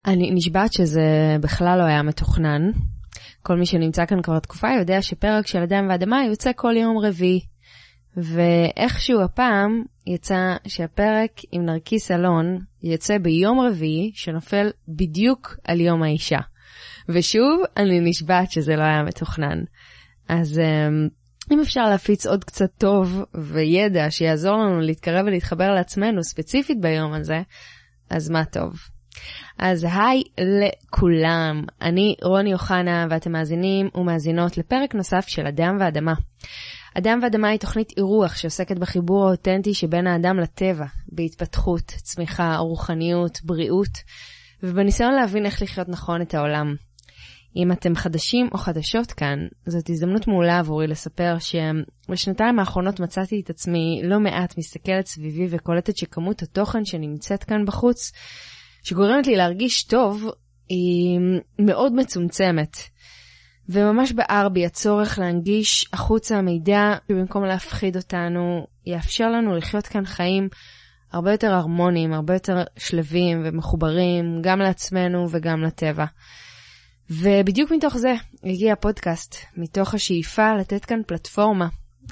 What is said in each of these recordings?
אני נשבעת שזה בכלל לא היה מתוכנן. כל מי שנמצא כאן כבר תקופה יודע שפרק של אדם ואדמה יוצא כל יום רביעי. ואיכשהו הפעם יצא שהפרק עם נרקיס אלון יצא ביום רביעי שנופל בדיוק על יום האישה. ושוב, אני נשבעת שזה לא היה מתוכנן. אז אם אפשר להפיץ עוד קצת טוב וידע שיעזור לנו להתקרב ולהתחבר לעצמנו ספציפית ביום הזה, אז מה טוב. אז היי לכולם, אני רוני אוחנה ואתם מאזינים ומאזינות לפרק נוסף של אדם ואדמה. אדם ואדמה היא תוכנית אירוח שעוסקת בחיבור האותנטי שבין האדם לטבע, בהתפתחות, צמיחה, רוחניות, בריאות, ובניסיון להבין איך לחיות נכון את העולם. אם אתם חדשים או חדשות כאן, זאת הזדמנות מעולה עבורי לספר שבשנתיים האחרונות מצאתי את עצמי לא מעט מסתכלת סביבי וקולטת שכמות התוכן שנמצאת כאן בחוץ, שגורמת לי להרגיש טוב, היא מאוד מצומצמת. וממש בער בי הצורך להנגיש החוצה המידע, שבמקום להפחיד אותנו, יאפשר לנו לחיות כאן חיים הרבה יותר הרמוניים, הרבה יותר שלבים ומחוברים, גם לעצמנו וגם לטבע. ובדיוק מתוך זה הגיע הפודקאסט, מתוך השאיפה לתת כאן פלטפורמה,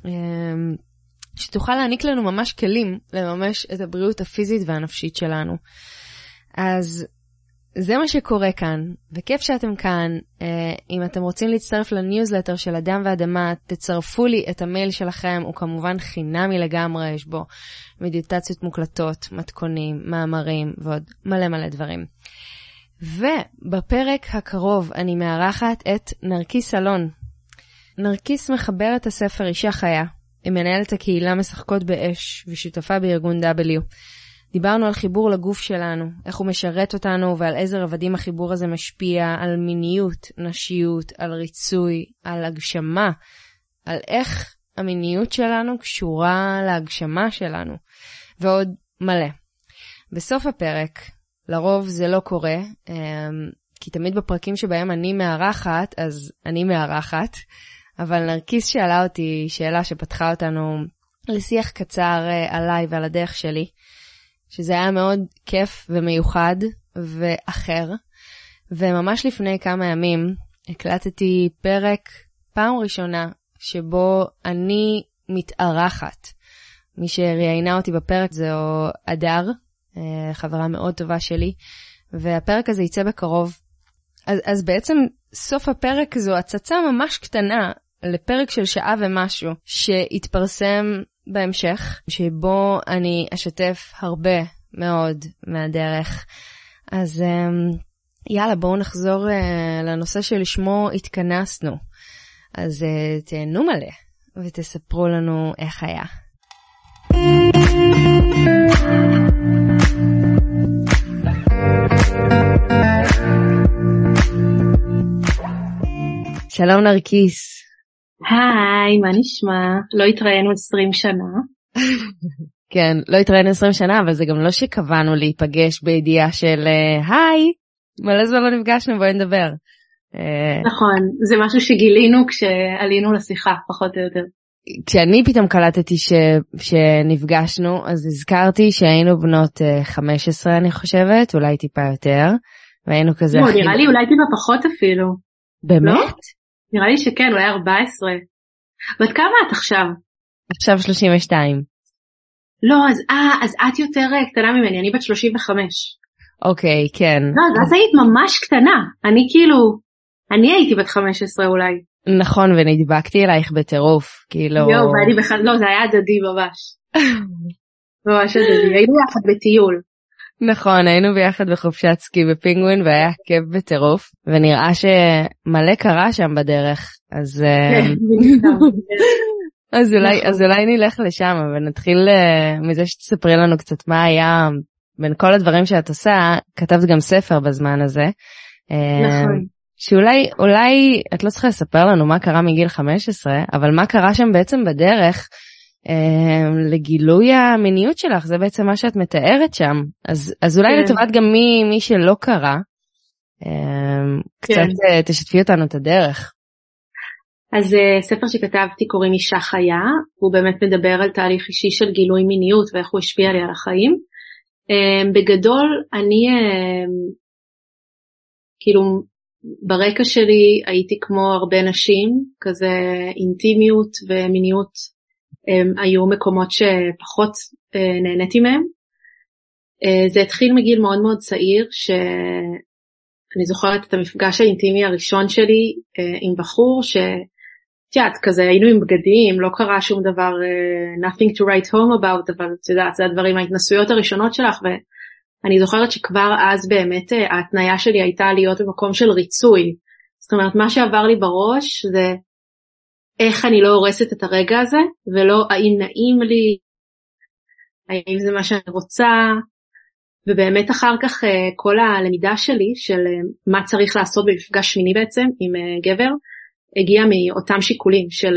שתוכל להעניק לנו ממש כלים לממש את הבריאות הפיזית והנפשית שלנו. אז זה מה שקורה כאן, וכיף שאתם כאן. אם אתם רוצים להצטרף לניוזלטר של אדם ואדמה, תצרפו לי את המייל שלכם, הוא כמובן חינמי לגמרי, יש בו מדיטציות מוקלטות, מתכונים, מאמרים ועוד מלא מלא דברים. ובפרק הקרוב אני מארחת את נרקיס אלון. נרקיס מחבר את הספר אישה חיה, היא מנהלת הקהילה משחקות באש ושותפה בארגון W. דיברנו על חיבור לגוף שלנו, איך הוא משרת אותנו ועל איזה רבדים החיבור הזה משפיע, על מיניות, נשיות, על ריצוי, על הגשמה, על איך המיניות שלנו קשורה להגשמה שלנו, ועוד מלא. בסוף הפרק, לרוב זה לא קורה, כי תמיד בפרקים שבהם אני מארחת, אז אני מארחת, אבל נרקיס שאלה אותי שאלה שפתחה אותנו לשיח קצר עליי ועל הדרך שלי, שזה היה מאוד כיף ומיוחד ואחר, וממש לפני כמה ימים הקלטתי פרק פעם ראשונה שבו אני מתארחת. מי שראיינה אותי בפרק זו אדר, חברה מאוד טובה שלי, והפרק הזה יצא בקרוב. אז בעצם סוף הפרק זו הצצה ממש קטנה לפרק של שעה ומשהו שהתפרסם בהמשך, שבו אני אשתף הרבה מאוד מהדרך. אז יאללה, בואו נחזור לנושא שלשמו התכנסנו. אז תהנו מלא ותספרו לנו איך היה. שלום נרקיס. היי, מה נשמע? לא התראינו 20 שנה. כן, לא התראינו 20 שנה, אבל זה גם לא שקבענו להיפגש בידיעה של היי, מלא זמן לא נפגשנו, בואי נדבר. נכון, זה משהו שגילינו כשעלינו לשיחה, פחות או יותר. כשאני פתאום קלטתי שנפגשנו, אז הזכרתי שהיינו בנות 15, אני חושבת, אולי טיפה יותר, והיינו כזה... לא, נראה לי אולי טיפה פחות אפילו. באמת? לא? נראה לי שכן, אולי 14. בת כמה את עכשיו? עכשיו 32. לא, אז את יותר קטנה ממני, אני בת 35. אוקיי, כן. לא, אז היית ממש קטנה. אני הייתי בת 15 אולי. נכון, ונדבקתי אלייך בטירוף, כאילו... יואו, לא, זה היה הדדי ממש. ממש הדדי, היינו יחד בטיול. נכון, היינו ביחד בחופשת סקי בפינגווין, והיה כיף בטירוף, ונראה שמלא קרה שם בדרך, אז אולי נלך לשם, ונתחיל מזה שתספרי לנו קצת מה היה בין כל הדברים שאת עושה. כתבת גם ספר בזמן הזה. נכון. שאולי את לא צריכה לספר לנו מה קרה מגיל 15, אבל מה קרה שם בעצם בדרך לגילוי המיניות שלך, זה בעצם מה שאת מתארת שם. אז אולי לטובת גם מי שלא קרה, קצת תשתפי אותנו את הדרך. אז ספר שכתבתי קוראים אישה חיה, הוא באמת מדבר על תהליך אישי של גילוי מיניות ואיך הוא השפיע לי על החיים. בגדול אני כאילו ברקע שלי הייתי כמו הרבה נשים, כזה אינטימיות ומיניות היו מקומות שפחות נהניתי מהם. זה התחיל מגיל מאוד מאוד צעיר, שאני זוכרת את המפגש האינטימי הראשון שלי עם בחור, שתיאת כזה היינו עם בגדים, לא קרה שום דבר, nothing to write home about, אבל תדעת, זה הדברים, ההתנסויות הראשונות שלך, ואני זוכרת שכבר אז באמת ההתניה שלי הייתה להיות במקום של ריצוי. זאת אומרת, מה שעבר לי בראש זה איך אני לא הורסת את הרגע הזה, ולא האם נעים לי, האם זה מה שאני רוצה, ובאמת אחר כך כל הלמידה שלי של מה צריך לעשות במפגש מיני בעצם עם גבר, הגיע מאותם שיקולים של,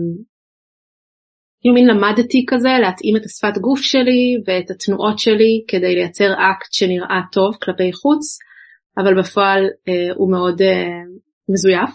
מין למדתי כזה להתאים את השפת גוף שלי ואת התנועות שלי כדי לייצר אקט שנראה טוב כלפי חוץ, אבל בפועל הוא מאוד מזויף.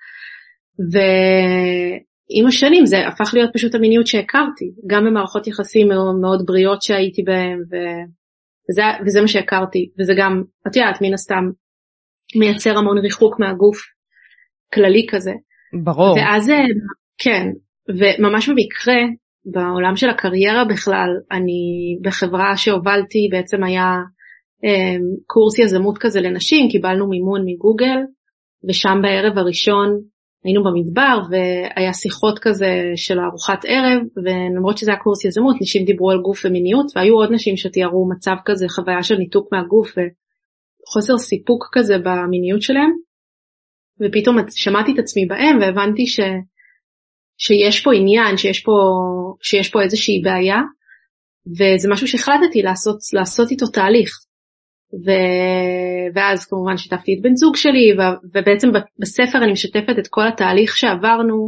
ועם השנים זה הפך להיות פשוט המיניות שהכרתי, גם במערכות יחסים מאוד בריאות שהייתי בהן, וזה מה שהכרתי, וזה גם, את יודעת, מן הסתם מייצר המון ריחוק מהגוף כללי כזה. ברור. ואז, כן, וממש במקרה, בעולם של הקריירה בכלל, אני בחברה שהובלתי, בעצם היה קורס יזמות כזה לנשים, קיבלנו מימון מגוגל, ושם בערב הראשון היינו במדבר, והיה שיחות כזה של ארוחת ערב, ולמרות שזה היה קורס יזמות, נשים דיברו על גוף ומיניות, והיו עוד נשים שתיארו מצב כזה, חוויה של ניתוק מהגוף, וחוסר סיפוק כזה במיניות שלהם, ופתאום שמעתי את עצמי בהם, והבנתי שיש פה עניין, שיש פה איזושהי בעיה, וזה משהו שהחלטתי לעשות איתו תהליך. ואז כמובן שיתפתי את בן זוג שלי, ובעצם בספר אני משתפת את כל התהליך שעברנו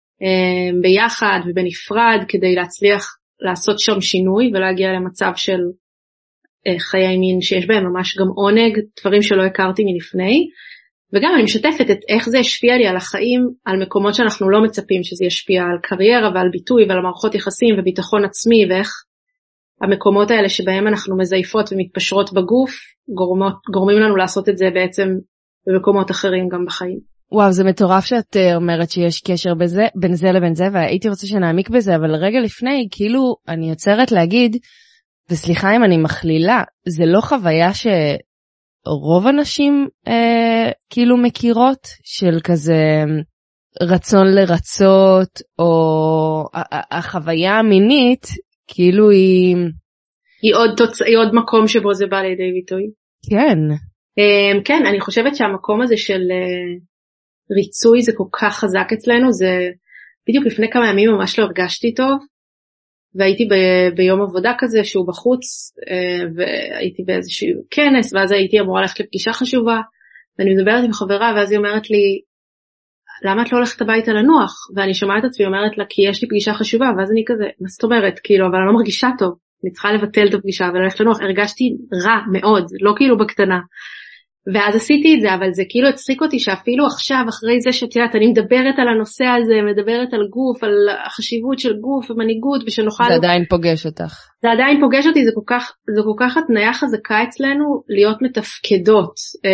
ביחד ובנפרד, כדי להצליח לעשות שם שינוי, ולהגיע למצב של חיי מין שיש בהם ממש גם עונג, דברים שלא הכרתי מלפני, וגם אני משתפת את איך זה השפיע לי על החיים, על מקומות שאנחנו לא מצפים שזה ישפיע, על קריירה ועל ביטוי ועל מערכות יחסים וביטחון עצמי, ואיך המקומות האלה שבהם אנחנו מזייפות ומתפשרות בגוף, גורמים לנו לעשות את זה בעצם במקומות אחרים גם בחיים. וואו, זה מטורף שאת אומרת שיש קשר בין זה לבין זה, והייתי רוצה שנעמיק בזה, אבל רגע לפני, כאילו, אני יוצרת להגיד, וסליחה אם אני מכלילה, זה לא חוויה שרוב הנשים כאילו מכירות, של כזה רצון לרצות, או החוויה המינית, כאילו היא עוד מקום שבו זה בא לידי ביטוי. כן. כן, אני חושבת שהמקום הזה של ריצוי זה כל כך חזק אצלנו, זה בדיוק לפני כמה ימים ממש לא הרגשתי טוב, והייתי ביום עבודה כזה שהוא בחוץ, והייתי באיזשהו כנס, ואז הייתי אמורה ללכת לפגישה חשובה, ואני מדברת עם חברה, ואז היא אומרת לי, למה את לא הולכת הביתה לנוח? ואני שומעת את עצמי אומרת לה, כי יש לי פגישה חשובה, ואז אני כזה, מה זאת אומרת? כאילו, אבל אני לא מרגישה טוב, אני צריכה לבטל את הפגישה וללכת לנוח, הרגשתי רע מאוד, לא כאילו בקטנה. ואז עשיתי את זה, אבל זה כאילו הצחיק אותי שאפילו עכשיו, אחרי זה שתיאת, אני מדברת על הנושא הזה, מדברת על גוף, על החשיבות של גוף ומנהיגות, ושנוכל... זה עדיין פוגש אותך. זה עדיין פוגש אותי, זה כל כך התניה חזקה אצלנו, להיות מתפקדות,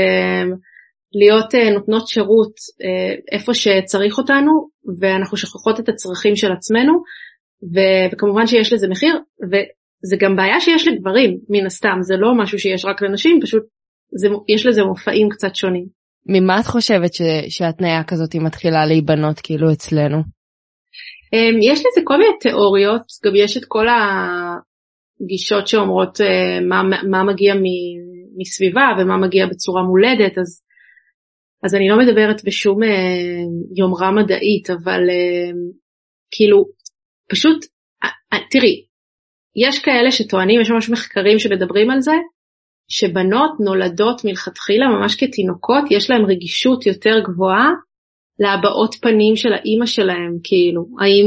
להיות נותנות שירות איפה שצריך אותנו, ואנחנו שוכחות את הצרכים של עצמנו, וכמובן שיש לזה מחיר, וזה גם בעיה שיש לגברים, מן הסתם, זה לא משהו שיש רק לנשים, פשוט יש לזה מופעים קצת שונים. ממה את חושבת שהתניה כזאת מתחילה להיבנות כאילו אצלנו? יש לזה כל מיני תיאוריות, גם יש את כל הגישות שאומרות מה מגיע מסביבה, ומה מגיע בצורה מולדת, אז אני לא מדברת בשום יומרה מדעית, אבל כאילו, פשוט, תראי, יש כאלה שטוענים, יש ממש מחקרים שמדברים על זה, שבנות נולדות מלכתחילה, ממש כתינוקות, יש להם רגישות יותר גבוהה, להבעות פנים של האמא שלהם, כאילו,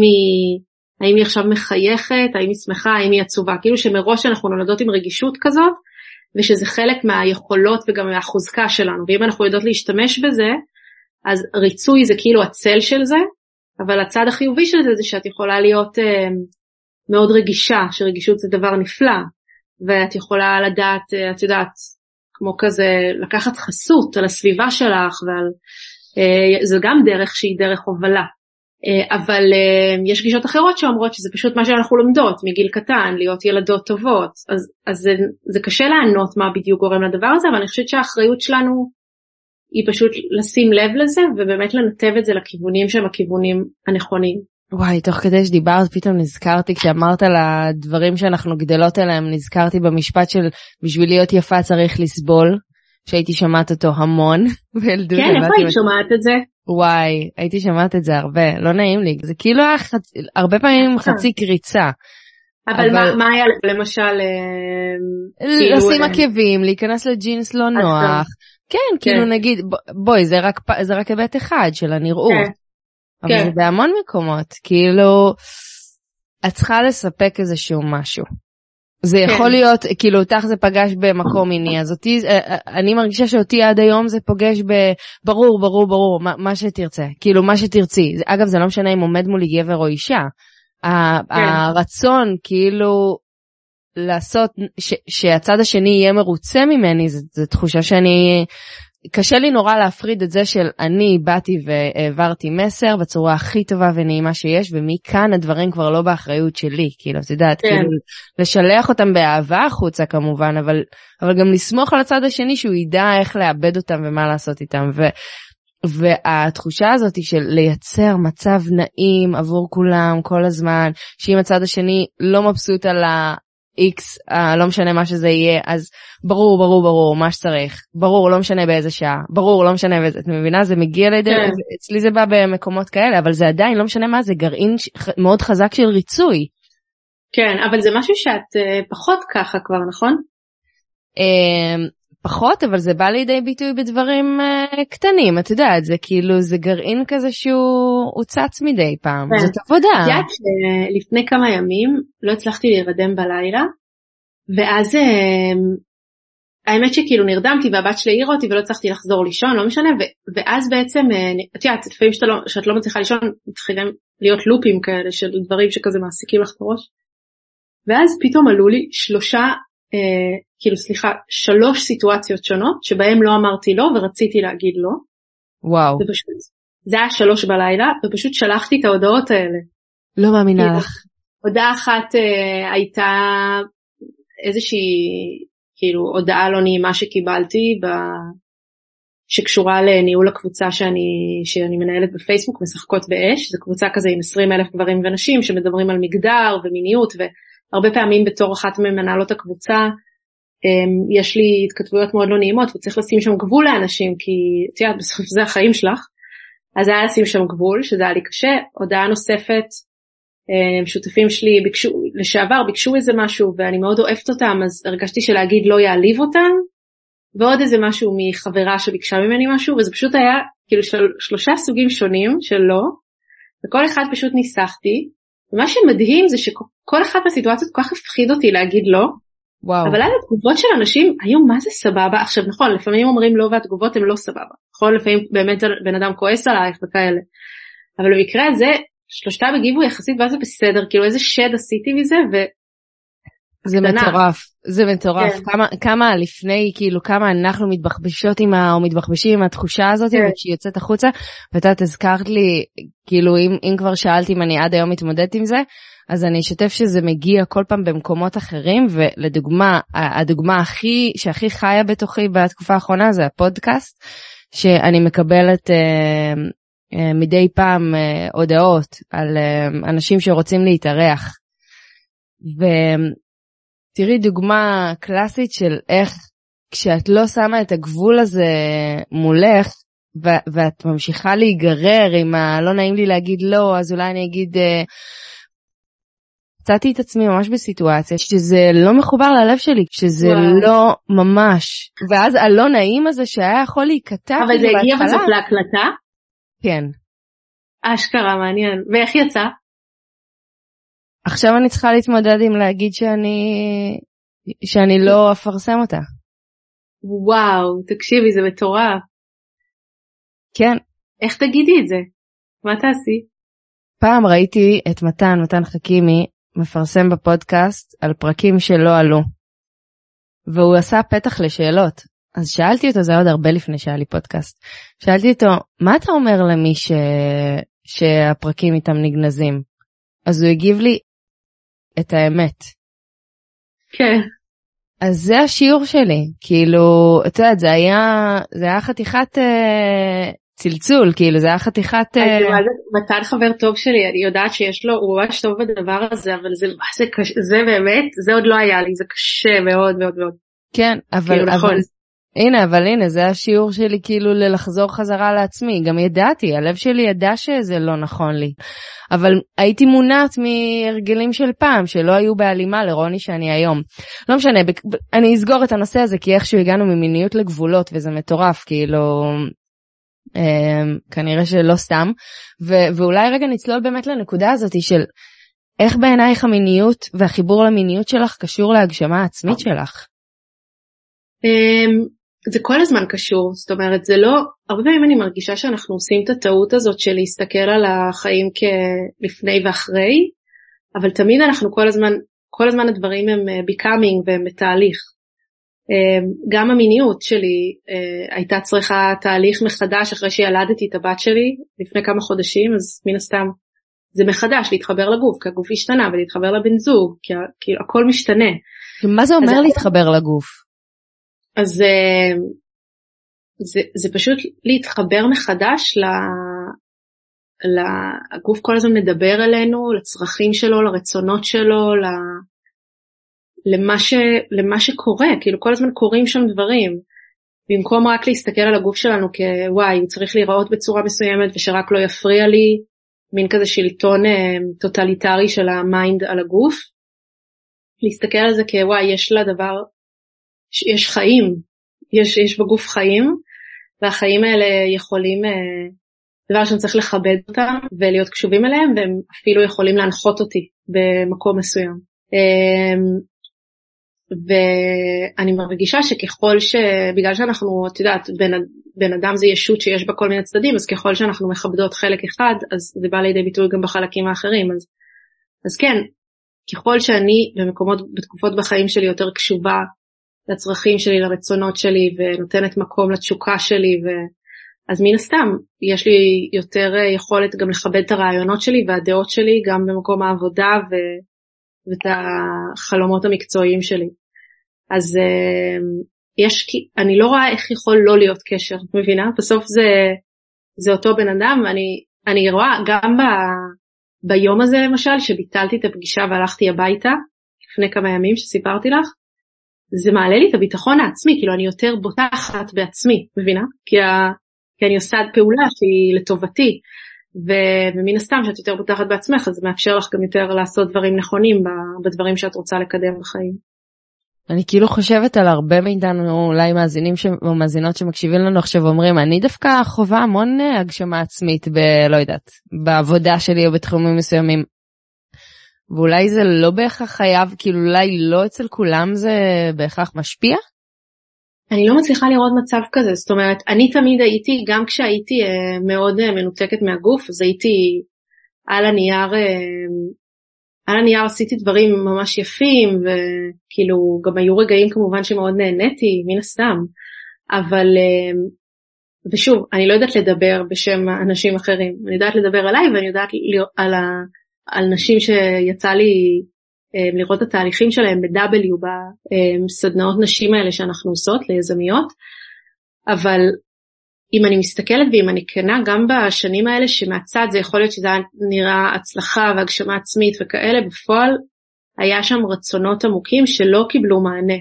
האם היא עכשיו מחייכת, האם היא שמחה, האם היא עצובה, כאילו שמראש אנחנו נולדות עם רגישות כזאת, ושזה חלק מהיכולות וגם מהחוזקה שלנו, ואם אנחנו יודעות להשתמש בזה, אז ריצוי זה כאילו הצל של זה, אבל הצד החיובי של זה, זה שאת יכולה להיות מאוד רגישה, שרגישות זה דבר נפלא, ואת יכולה לדעת, את יודעת, כמו כזה לקחת חסות על הסביבה שלך, זה גם דרך שהיא דרך הובלה. אבל יש גישות אחרות שאומרות שזה פשוט מה שאנחנו לומדות מגיל קטן, להיות ילדות טובות, אז זה קשה לענות מה בדיוק גורם לדבר הזה, אבל אני חושבת שהאחריות שלנו היא פשוט לשים לב לזה, ובאמת לנתב את זה לכיוונים שהם הכיוונים הנכונים. וואי, תוך כדי שדיברת, פתאום נזכרתי, כשאמרת על הדברים שאנחנו גדלות אליהם, נזכרתי במשפט של בשביל להיות יפה צריך לסבול, שהייתי שמעת אותו המון בילדות. כן, איפה היית שומעת את זה? וואי, הייתי שמעת את זה הרבה, לא נעים לי, זה כאילו הרבה פעמים חצי קריצה. אבל מה היה למשל? לשים עקבים, להיכנס לג'ינס לא נוח, כן, כאילו נגיד, בואי, זה רק היבט אחד של הנראות, אבל זה בהמון מקומות, כאילו, את צריכה לספק איזשהו משהו. זה יכול להיות, כאילו, אותך זה פגש במקום מיני, אז אותי, אני מרגישה שאותי עד היום זה פוגש ברור, מה שתרצה, כאילו, מה שתרצי. אגב, זה לא משנה אם עומד מולי גבר או אישה. הרצון, כאילו, לעשות, שהצד השני יהיה מרוצה ממני, זו תחושה שאני, קשה לי נורא להפריד את זה של אני באתי והעברתי מסר בצורה הכי טובה ונעימה שיש, ומכאן הדברים כבר לא באחריות שלי, כאילו, את יודעת, כאילו, לשלח אותם באהבה החוצה כמובן, אבל גם לסמוך על הצד השני שהוא ידע איך לאבד אותם ומה לעשות איתם, והתחושה הזאת של לייצר מצב נעים עבור כולם כל הזמן, שאם הצד השני לא מבסוט על X, לא משנה מה שזה יהיה, אז ברור, מה שצריך, ברור, לא משנה באיזה שעה, ברור, לא משנה באיזה, את מבינה, זה מגיע לידי, אצלי זה בא במקומות כאלה, אבל זה עדיין לא משנה מה, זה גרעין מאוד חזק של ריצוי. כן, אבל זה משהו שאת פחות ככה כבר, נכון? פחות, אבל זה בא לידי ביטוי בדברים קטנים, את יודעת, זה כאילו, זה גרעין כזה שהוא הוצץ מדי פעם, זאת עבודה. את יודעת שלפני כמה ימים לא הצלחתי להירדם בלילה, ואז האמת שכאילו נרדמתי והבת שלי העירה אותי ולא הצלחתי לחזור לישון, לא משנה, ואז בעצם, את יודעת, לפעמים שאת לא מצליחה לישון, מתחילים להיות לופים כאלה של דברים שכזה מעסיקים לך את הראש, ואז פתאום עלו לי שלוש סיטואציות שונות, שבהם לא אמרתי לא ורציתי להגיד לא. וואו. ופשוט, זה היה 3 בלילה, ופשוט שלחתי את ההודעות האלה. לא מאמינה לך. הודעה אחת הייתה איזושהי, כאילו, הודעה לא נעימה שקיבלתי, שקשורה לניהול הקבוצה שאני מנהלת בפייסבוק, משחקות באש, זו קבוצה כזה עם 20,000 גברים ונשים, שמדברים על מגדר ומיניות, והרבה פעמים בתור אחת ממנהלות הקבוצה, יש לי התכתבויות מאוד לא נעימות, וצריך לשים שם גבול לאנשים, כי תראה, בסוף זה החיים שלך, אז היה לשים שם גבול, שזה היה לי קשה. הודעה נוספת, שותפים שלי ביקשו איזה משהו, ואני מאוד אוהבת אותם, אז הרגשתי שלהגיד לא יעליב אותם, ועוד איזה משהו מחברה שביקשה ממני משהו, וזה פשוט היה כאילו 3 סוגים שונים של לא, וכל אחד פשוט ניסחתי, ומה שמדהים זה שכל אחד מהסיטואציות כל כך הפחיד אותי להגיד לא, וואו. אבל אז התגובות של אנשים היו מה זה סבבה. עכשיו נכון, לפעמים אומרים לא והתגובות הן לא סבבה, נכון, לפעמים באמת בן אדם כועס עלייך וכאלה, אבל במקרה הזה 3 הגיבו יחסית ואז זה בסדר, כאילו איזה שד עשיתי מזה, זה מטורף, זה מטורף. כמה לפני, כאילו כמה אנחנו מתבחבשות או מתבחבשים עם התחושה הזאת, וכשהיא יוצאת החוצה, ואתה תזכרת לי, כאילו אם כבר שאלתי אם אני עד היום מתמודדת עם זה, אז אני אשתף שזה מגיע כל פעם במקומות אחרים, ולדוגמה, הדוגמה שהכי חיה בתוכי בתקופה האחרונה, זה הפודקאסט, שאני מקבלת מדי פעם הודעות על אנשים שרוצים להתארח. ותראי דוגמה קלאסית של איך כשאת לא שמה את הגבול הזה מולך, ואת ממשיכה להיגרר עם לא נעים לי להגיד לא, אז אולי אני אגיד, מצאתי את עצמי ממש בסיטואציה שזה לא מחובר ללב שלי, שזה לא ממש, ואז הלא נעים הזה שהיה יכול להיקטע. אבל זה הגיע בסוף להקלטה? כן. אשכרה, מעניין. ואיך יצא? עכשיו אני צריכה להתמודד עם להגיד שאני לא אפרסם אותה. וואו, תקשיבי, זה מטורף. כן. איך תגידי את זה? מה תעשי? פעם ראיתי את מתן חכימי מפרסם בפודקאסט על פרקים שלא עלו. והוא עשה פתח לשאלות. אז שאלתי אותו, זה עוד הרבה לפני שהיה לי פודקאסט, שאלתי אותו, מה אתה אומר למי שהפרקים איתם נגנזים? אז הוא הגיב לי את האמת. כן. אז זה השיעור שלי, כאילו, אתה יודע, זה היה חתיכת צלצול, כאילו, זה היה חתיכת... מתן חבר טוב שלי, אני יודעת שיש לו, הוא ממש טוב בדבר הזה, אבל זה באמת, זה עוד לא היה לי, זה קשה מאוד מאוד מאוד. כן, אבל הנה, זה השיעור שלי, כאילו, לחזור חזרה לעצמי, גם ידעתי, הלב שלי ידע שזה לא נכון לי, אבל הייתי מונעת מהרגלים של פעם, שלא היו בהלימה לרוני שאני היום. לא משנה, אני אסגור את הנושא הזה, כי איכשהו הגענו ממיניות לגבולות, וזה מטורף, כאילו, כנראה שלא סתם, ואולי רגע נצלול באמת לנקודה הזאת של, איך בעינייך המיניות והחיבור למיניות שלך קשור להגשמה העצמית שלך? זה כל הזמן קשור, זאת אומרת, זה לא, הרבה פעמים אני מרגישה שאנחנו עושים את הטעות הזאת של להסתכל על החיים כלפני ואחרי, אבל תמיד אנחנו כל הזמן הדברים הם becoming והם בתהליך. גם המיניות שלי הייתה צריכה תהליך מחדש אחרי שילדתי את הבת שלי לפני כמה חודשים, אז מן הסתם זה מחדש להתחבר לגוף, כי הגוף השתנה, ולהתחבר לבן זוג, כי כאילו הכל משתנה. מה זה אומר להתחבר לגוף? אז זה פשוט להתחבר מחדש הגוף כל הזמן מדבר אלינו, לצרכים שלו, לרצונות שלו, למה שקורה, כאילו כל הזמן קורים שם דברים, במקום רק להסתכל על הגוף שלנו כוואי, הוא צריך להיראות בצורה מסוימת ושרק לא יפריע לי, מין כזה שלטון טוטליטרי של המיינד על הגוף, להסתכל על זה כוואי, יש לה דבר, יש חיים, יש בגוף חיים, והחיים האלה יכולים, דבר שאני צריך לכבד אותם ולהיות קשובים אליהם, והם אפילו יכולים להנחות אותי במקום מסוים. ואני מרגישה שככל בגלל שאנחנו, את יודעת, בן אדם זה ישות שיש בה כל מיני צדדים, אז ככל שאנחנו מכבדות חלק אחד, אז זה בא לידי ביטוי גם בחלקים האחרים. אז כן, ככל שאני בתקופות בחיים שלי יותר קשובה לצרכים שלי, לרצונות שלי, ונותנת מקום לתשוקה שלי, אז מן הסתם יש לי יותר יכולת גם לכבד את הרעיונות שלי והדעות שלי, גם במקום העבודה ואת החלומות המקצועיים שלי. אז אני לא רואה איך יכול לא להיות קשר, מבינה? בסוף זה אותו בן אדם, ואני רואה גם ביום הזה למשל, שביטלתי את הפגישה והלכתי הביתה, לפני כמה ימים שסיפרתי לך, זה מעלה לי את הביטחון העצמי, כאילו אני יותר בוטחת בעצמי, מבינה? כי אני עושה פעולה שהיא לטובתי, ומן הסתם שאת יותר בוטחת בעצמך, אז זה מאפשר לך גם יותר לעשות דברים נכונים בדברים שאת רוצה לקדם בחיים. אני כאילו חושבת על הרבה מאיתנו, אולי מאזינים או מאזינות שמקשיבים לנו עכשיו ואומרים, אני דווקא חובה המון הגשמה עצמית לא יודעת, בעבודה שלי או בתחומים מסוימים. ואולי זה לא בהכרח חייב, כאילו אולי לא אצל כולם זה בהכרח משפיע? אני לא מצליחה לראות מצב כזה, זאת אומרת, אני תמיד הייתי, גם כשהייתי מאוד מנותקת מהגוף, אז הייתי על הנייר עשיתי דברים ממש יפים, וכאילו גם היו רגעים כמובן שמאוד נהניתי, מן הסתם, אבל, ושוב, אני לא יודעת לדבר בשם אנשים אחרים, אני יודעת לדבר עליי, ואני יודעת על נשים שיצא לי לראות את התהליכים שלהם ב-W, בסדנאות נשים האלה שאנחנו עושות ליזמיות, אבל אם אני מסתכלת ואם אני כנה גם בשנים האלה שמהצד זה יכול להיות שזה נראה הצלחה והגשמה עצמית וכאלה, בפועל היה שם רצונות עמוקים שלא קיבלו מענה,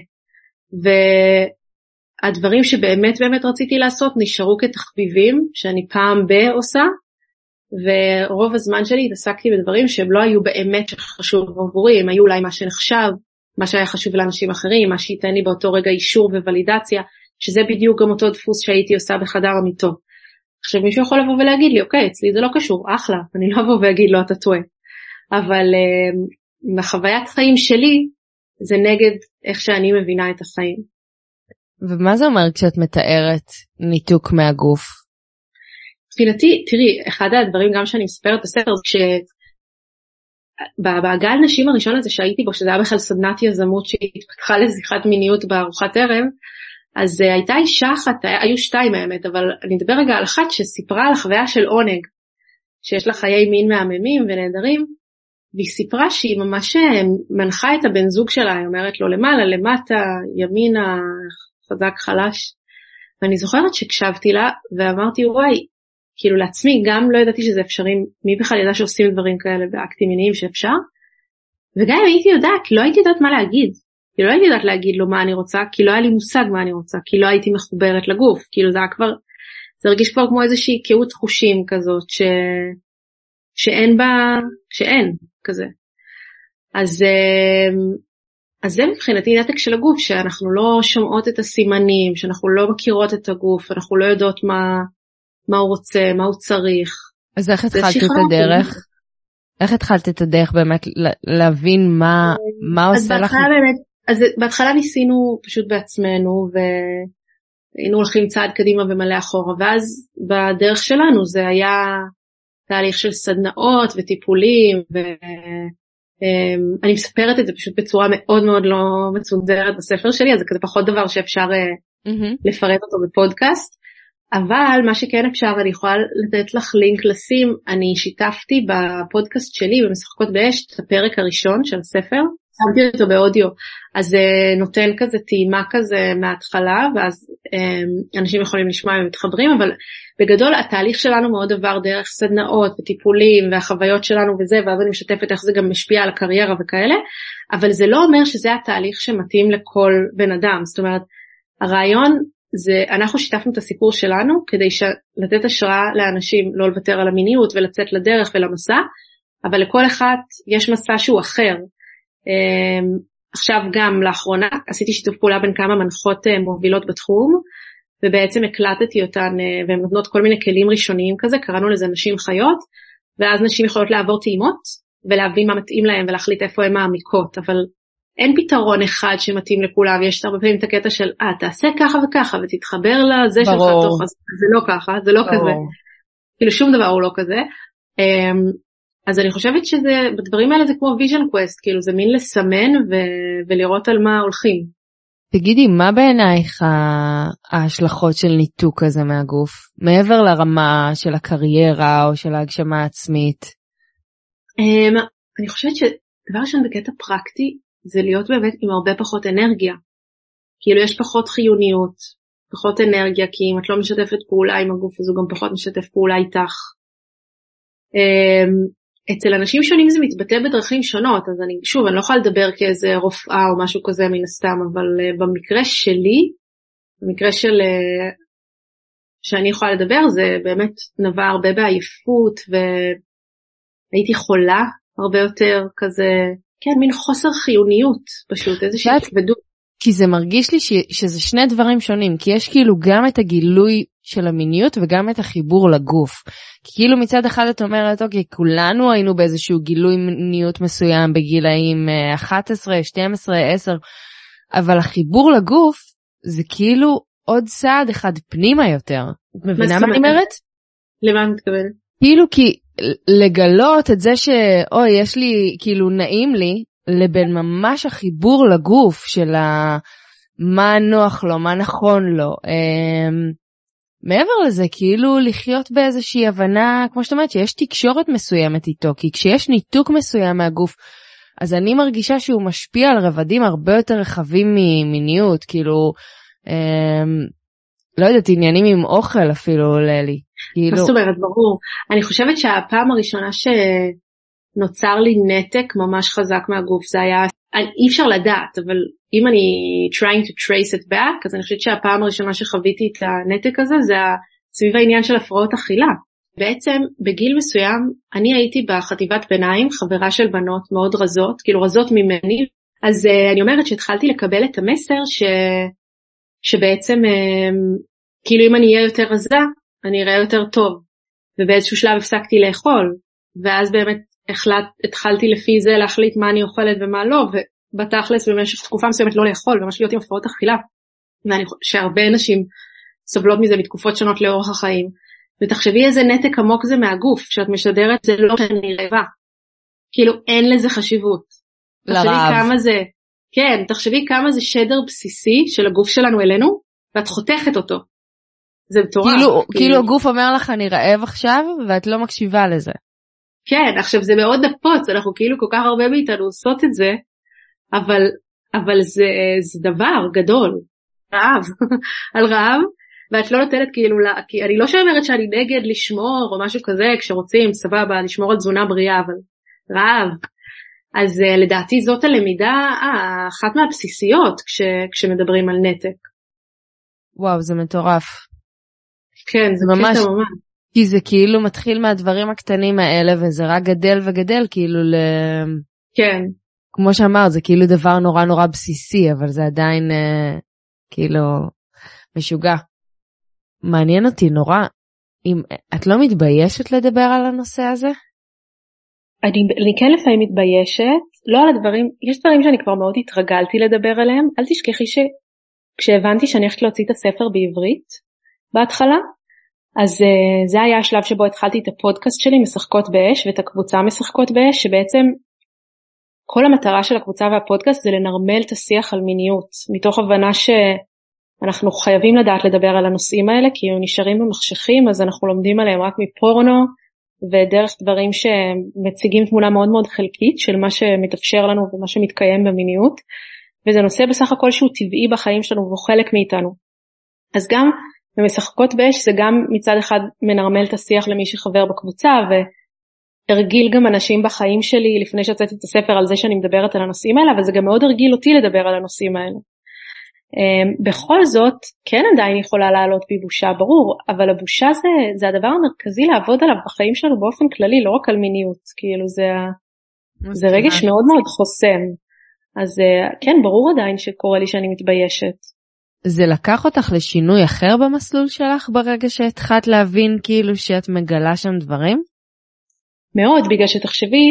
והדברים שבאמת באמת רציתי לעשות נשארו כתחביבים שאני פעם עושה, ורוב הזמן שלי התעסקתי בדברים שהם לא היו באמת חשוב עבורי, הם היו אולי מה שנחשב, מה שהיה חשוב לאנשים אחרים, מה שייתן לי באותו רגע אישור וולידציה, שזה בדיוק גם אותו דפוס שהייתי עושה בחדר המיטות. עכשיו מישהו יכול לבוא ולהגיד לי, אוקיי, אצלי זה לא קשור, אחלה, אני לא אבוא ואגיד לו, אתה טועה. אבל בחוויית חיים שלי, זה נגד איך שאני מבינה את החיים. ומה זה אומר כשאת מתארת ניתוק מהגוף? תפילתי, תראי, אחד הדברים גם שאני מספרת בספר, זה שבגל נשים הראשון הזה שהייתי בו, שזה היה בכלל סדנת יזמות שהתפתחה לשיחת מיניות בארוחת ערב, אז הייתה אישה אחת, היו שתיים האמת, אבל אני אדבר רגע על אחת שסיפרה על החוויה של עונג, שיש לה חיי מין מהממים ונהדרים, והיא סיפרה שהיא ממש מנחה את הבן זוג שלה, היא אומרת לו למעלה, למטה, ימינה, חזק חלש, ואני זוכרת שקשבתי לה ואמרתי וואי, כאילו לעצמי גם לא ידעתי שזה אפשרי, מי בכלל ידע שעושים דברים כאלה באקטים מיניים שאפשר, וגם אם הייתי יודעת, לא הייתי יודעת מה להגיד, כי לא הייתי יודעת להגיד לו מה אני רוצה, כי לא היה לי מושג מה אני רוצה, כי לא הייתי מחוברת לגוף, כאילו זה היה כבר, זה הרגיש כבר כמו איזושהי קהות חושים כזאת, שאין בה, שאין כזה. אז זה מבחינתי נתק של הגוף, שאנחנו לא שומעות את הסימנים, שאנחנו לא מכירות את הגוף, אנחנו לא יודעות מה הוא רוצה, מה הוא צריך. אז איך התחלת את הדרך? איך התחלת את הדרך באמת להבין מה עושה לך? אז בהתחלה ניסינו פשוט בעצמנו, והיינו הולכים צעד קדימה ומלא אחורה, ואז בדרך שלנו זה היה תהליך של סדנאות וטיפולים, ואני מספרת את זה פשוט בצורה מאוד מאוד לא מצונזרת בספר שלי, אז זה כזה פחות דבר שאפשר לפרט אותו בפודקאסט, אבל מה שכן אפשר, אני יכולה לתת לך לינק לשים, אני שיתפתי בפודקאסט שלי במשחקות באש את הפרק הראשון של הספר, שמתי אותו באודיו, אז זה נותן כזה טעימה כזה מההתחלה, ואז אנשים יכולים לשמוע אם מתחברים, אבל בגדול התהליך שלנו מאוד עבר דרך סדנאות וטיפולים והחוויות שלנו וזה, ואז אני משתפת איך זה גם משפיע על הקריירה וכאלה, אבל זה לא אומר שזה התהליך שמתאים לכל בן אדם, זאת אומרת, הרעיון זה, אנחנו שיתפנו את הסיפור שלנו, כדי לתת השראה לאנשים לא לוותר על המיניות ולצאת לדרך ולמסע, אבל לכל אחד יש מסע שהוא אחר. עכשיו גם לאחרונה עשיתי שיתוף פעולה בין כמה מנחות מובילות בתחום, ובעצם הקלטתי אותן, והן נותנות כל מיני כלים ראשוניים כזה, קראנו לזה נשים חיות, ואז נשים יכולות לעבור טעימות, ולהבין מה מתאים להם ולהחליט איפה הן מעמיקות, אבל אין פתרון אחד שמתאים לכולם, יש הרבה פעמים את הקטע של, תעשה ככה וככה, ותתחבר לזה שלך תוך, זה לא ככה, זה לא כזה, כאילו שום דבר הוא לא כזה, אז אני חושבת שזה, בדברים האלה זה כמו vision quest, כאילו זה מין לסמן ולראות על מה הולכים. תגידי, מה בעינייך ההשלכות של ניתוק הזה מהגוף, מעבר לרמה של הקריירה או של ההגשמה העצמית? אני חושבת שדבר ראשון בקטע פרקטי, זה להיות באמת עם הרבה פחות אנרגיה. כאילו יש פחות חיוניות, פחות אנרגיה, כי אם את לא משתפת פעולה עם הגוף, אז הוא גם פחות משתף פעולה איתך. אצל אנשים שונים זה מתבטא בדרכים שונות, אז אני לא יכולה לדבר כאיזה רופאה או משהו כזה מן הסתם, אבל במקרה שלי, במקרה שאני יכולה לדבר, זה באמת נבע הרבה בעייפות, והייתי חולה הרבה יותר כזה, כן, מין חוסר חיוניות, פשוט איזושהי כבדות. כי זה מרגיש לי שזה שני דברים שונים, כי יש כאילו גם את הגילוי של המיניות וגם את החיבור לגוף. כי כאילו מצד אחד את אומרת, אוקיי, כולנו היינו באיזשהו גילוי מיניות מסוים בגילאים 11, 12, 10, אבל החיבור לגוף זה כאילו עוד צעד אחד פנימה יותר. את מבינה מה אני אומרת? למה אני מתכוונת? כאילו כי לגלות את זה שאוי, יש לי, כאילו נעים לי, לבין ממש החיבור לגוף של מה נוח לו, מה נכון לו. מעבר לזה, כאילו לחיות באיזושהי הבנה, כמו שאת אומרת, שיש תקשורת מסוימת איתו, כי כשיש ניתוק מסוים מהגוף, אז אני מרגישה שהוא משפיע על רבדים הרבה יותר רחבים ממיניות, כאילו, לא יודעת, עניינים עם אוכל אפילו, ללי. מה זאת אומרת, ברור. אני חושבת שהפעם הראשונה נוצר לי נתק ממש חזק מהגוף, זה היה, אי אפשר לדעת, אבל אם אני trying to trace it back, אז אני חושבת שהפעם הראשונה שחוויתי את הנתק הזה, זה סביב העניין של הפרעות אכילה. בעצם בגיל מסוים, אני הייתי בחטיבת ביניים, חברה של בנות מאוד רזות, כאילו רזות ממני, אז אני אומרת שהתחלתי לקבל את המסר שבעצם, כאילו אם אני אהיה יותר רזה, אני אראה יותר טוב, ובאיזשהו שלב הפסקתי לאכול, ואז באמת התחלתי לפי זה להחליט מה אני אוכלת ומה לא, ובתכלס במשך תקופה מסוימת לא לאכול, ממש להיות עם הפרעות אכילה, שהרבה נשים סובלות מזה בתקופות שונות לאורך החיים, ותחשבי איזה נתק עמוק זה מהגוף, שאת משדרת זה לא שאני רעבה, כאילו אין לזה חשיבות. לרעב. תחשבי כמה זה שדר בסיסי של הגוף שלנו אלינו, ואת חותכת אותו. זה מטורף. כאילו הגוף אומר לך אני רעב עכשיו, ואת לא מקשיבה לזה. כן, עכשיו זה מאוד נפוץ, אנחנו כאילו כל כך הרבה מאיתנו עושות את זה, אבל זה דבר גדול, רעב, על רעב, ואת לא נותנת כאילו, כי אני לא שאומרת שאני נגד לשמור או משהו כזה, כשרוצים, סבבה, לשמור על תזונה בריאה, אבל רעב. אז לדעתי זאת הלמידה אחת מהבסיסיות כשמדברים על נתק. וואו, זה מטורף. כן, זה ממש. כי זה כאילו מתחיל מהדברים הקטנים האלה, וזה רק גדל וגדל, כאילו כן. כמו שאמרת, זה כאילו דבר נורא נורא בסיסי, אבל זה עדיין כאילו משוגע. מעניין אותי נורא, אם את לא מתביישת לדבר על הנושא הזה? אני כן לפעמים מתביישת, לא על הדברים, יש דברים שאני כבר מאוד התרגלתי לדבר עליהם, אל תשכחי שכשהבנתי שאני הולכת להוציא את הספר בעברית בהתחלה, אז זה היה השלב שבו התחלתי את הפודקאסט שלי, משחקות באש, ואת הקבוצה משחקות באש, שבעצם כל המטרה של הקבוצה והפודקאסט זה לנרמל את השיח על מיניות, מתוך הבנה שאנחנו חייבים לדעת לדבר על הנושאים האלה, כי הם נשארים במחשכים, אז אנחנו לומדים עליהם רק מפורנו, ודרך דברים שמציגים תמונה מאוד מאוד חלקית, של מה שמתאפשר לנו ומה שמתקיים במיניות, וזה נושא בסך הכל שהוא טבעי בחיים שלנו, והוא חלק מאיתנו. אז גם ומשחקות באש זה גם מצד אחד מנרמל את השיח למי שחבר בקבוצה, והרגיל גם אנשים בחיים שלי לפני שהוצאתי את הספר על זה שאני מדברת על הנושאים האלה, אבל זה גם מאוד הרגיל אותי לדבר על הנושאים האלה. בכל זאת, כן עדיין יכולה לעלות בי בושה, ברור, אבל הבושה זה הדבר המרכזי לעבוד עליו בחיים שלנו באופן כללי, לא רק על מיניות, כאילו זה רגש מאוד מאוד חוסם. אז כן, ברור עדיין שקורה לי שאני מתביישת. זה לקח אותך לשינוי אחר במסלול שלך ברגע שהתחלת להבין כאילו שאת מגלה שם דברים? מאוד, בגלל שתחשבי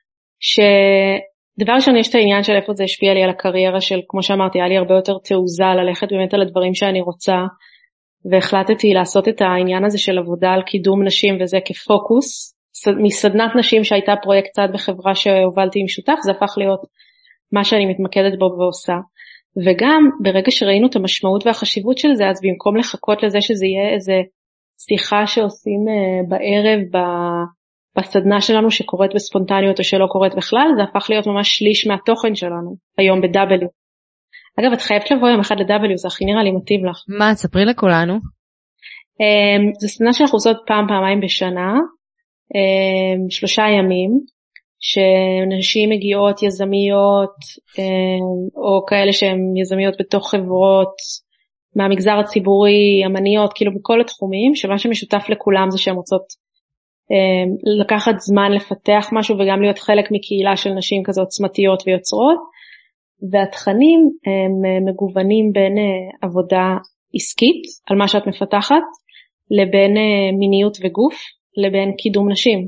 שדבר ראשון יש את העניין של איפה זה השפיע לי על הקריירה של, כמו שאמרתי, היה לי הרבה יותר תעוזה ללכת באמת על הדברים שאני רוצה, והחלטתי לעשות את העניין הזה של עבודה על קידום נשים וזה כפוקוס, מסדנת נשים שהייתה פרויקט צד בחברה שהובלתי עם שותף, זה הפך להיות מה שאני מתמקדת בו ועושה. וגם ברגע שראינו את המשמעות והחשיבות של זה, אז במקום לחכות לזה שזה יהיה איזה שיחה שעושים בערב בסדנה שלנו שקורית בספונטניות או שלא קורית בכלל, זה הפך להיות ממש שליש מהתוכן שלנו היום ב-W. אגב, את חייבת לבוא יום אחד ל-W, זה הכי נראה לי מתאים לך. מה, תספרי לכולנו. זו סדנה שאנחנו עושות פעמיים בשנה, 3 ימים, שנשים מגיעות יזמיות, או כאלה שהן יזמיות בתוך חברות, מהמגזר הציבורי, אמניות, כאילו בכל התחומים, שמה שמשותף לכולם זה שהן רוצות לקחת זמן לפתח משהו, וגם להיות חלק מקהילה של נשים כזאת עוצמתיות ויוצרות, והתכנים הם מגוונים בין עבודה עסקית, על מה שאת מפתחת, לבין מיניות וגוף, לבין קידום נשים.